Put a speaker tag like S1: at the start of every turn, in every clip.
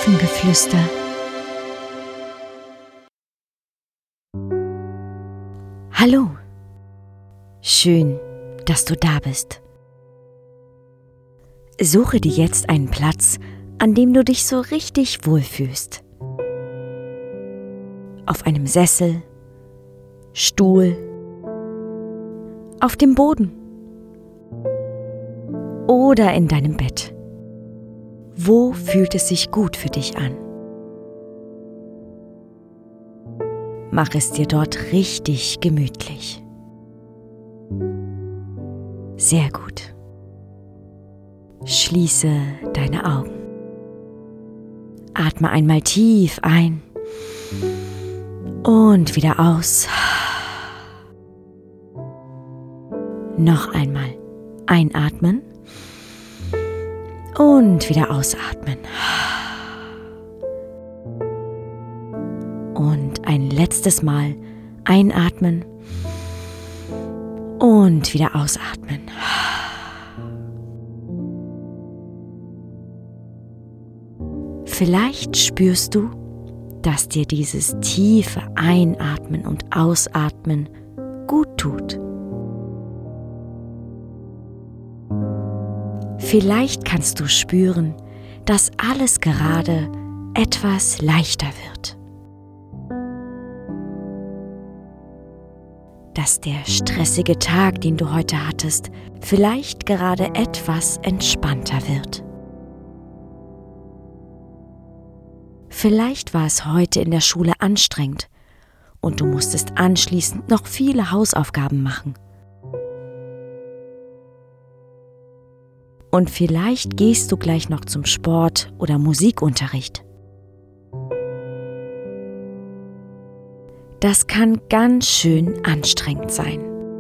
S1: Elfengeflüster. Hallo, schön, dass du da bist. Suche dir jetzt einen Platz, an dem du dich so richtig wohlfühlst. Auf einem Sessel, Stuhl, auf dem Boden oder in deinem Bett. Wo fühlt es sich gut für dich an? Mach es dir dort richtig gemütlich. Sehr gut. Schließe deine Augen. Atme einmal tief ein und wieder aus. Noch einmal einatmen und wieder ausatmen. Und ein letztes Mal einatmen und wieder ausatmen. Vielleicht spürst du, dass dir dieses tiefe Einatmen und Ausatmen gut tut. Vielleicht kannst du spüren, dass alles gerade etwas leichter wird. Dass der stressige Tag, den du heute hattest, vielleicht gerade etwas entspannter wird. Vielleicht war es heute in der Schule anstrengend und du musstest anschließend noch viele Hausaufgaben machen. Und vielleicht gehst du gleich noch zum Sport- oder Musikunterricht. Das kann ganz schön anstrengend sein.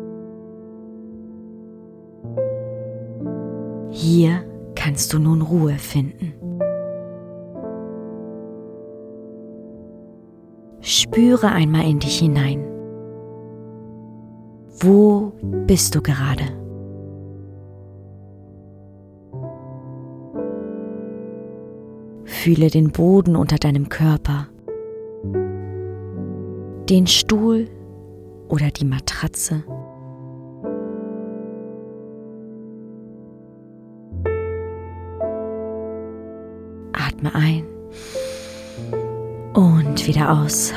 S1: Hier kannst du nun Ruhe finden. Spüre einmal in dich hinein. Wo bist du gerade? Fühle den Boden unter deinem Körper, den Stuhl oder die Matratze. Atme ein und wieder aus.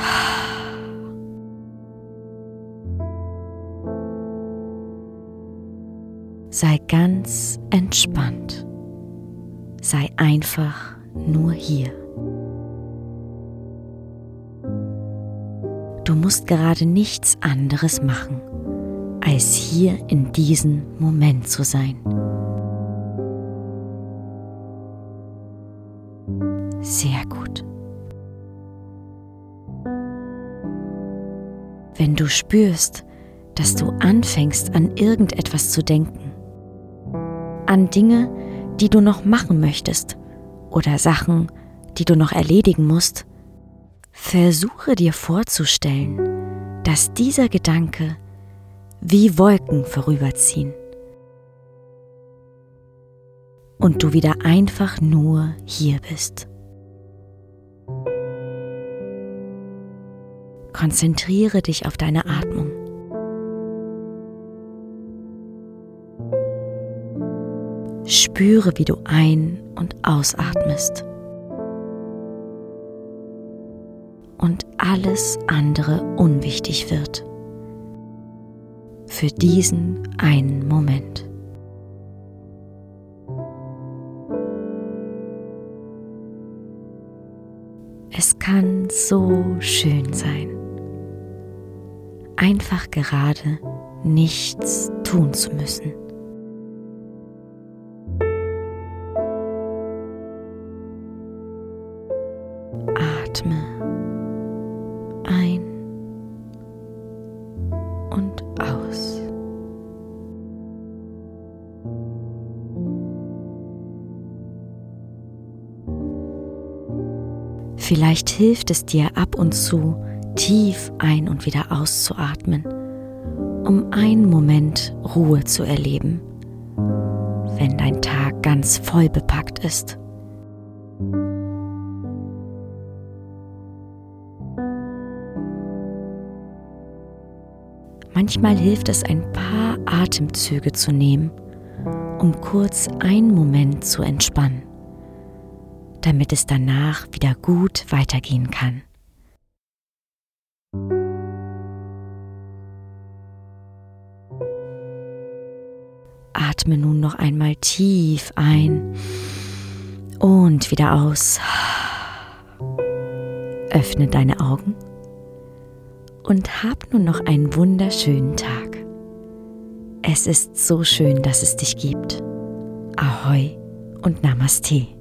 S1: Sei ganz entspannt. Sei einfach nur hier. Du musst gerade nichts anderes machen, als hier in diesem Moment zu sein. Sehr gut. Wenn du spürst, dass du anfängst, an irgendetwas zu denken, an Dinge, die du noch machen möchtest oder Sachen, die du noch erledigen musst, versuche dir vorzustellen, dass dieser Gedanke wie Wolken vorüberziehen und du wieder einfach nur hier bist. Konzentriere dich auf deine Atmung. Spüre, wie du ein- und ausatmest. Und alles andere unwichtig wird. Für diesen einen Moment. Es kann so schön sein, einfach gerade nichts tun zu müssen. Atme ein und aus. Vielleicht hilft es dir ab und zu, tief ein- und wieder auszuatmen, um einen Moment Ruhe zu erleben, wenn dein Tag ganz voll bepackt ist. Manchmal hilft es, ein paar Atemzüge zu nehmen, um kurz einen Moment zu entspannen, damit es danach wieder gut weitergehen kann. Atme nun noch einmal tief ein und wieder aus. Öffne deine Augen und hab nun noch einen wunderschönen Tag. Es ist so schön, dass es dich gibt. Ahoi und Namaste.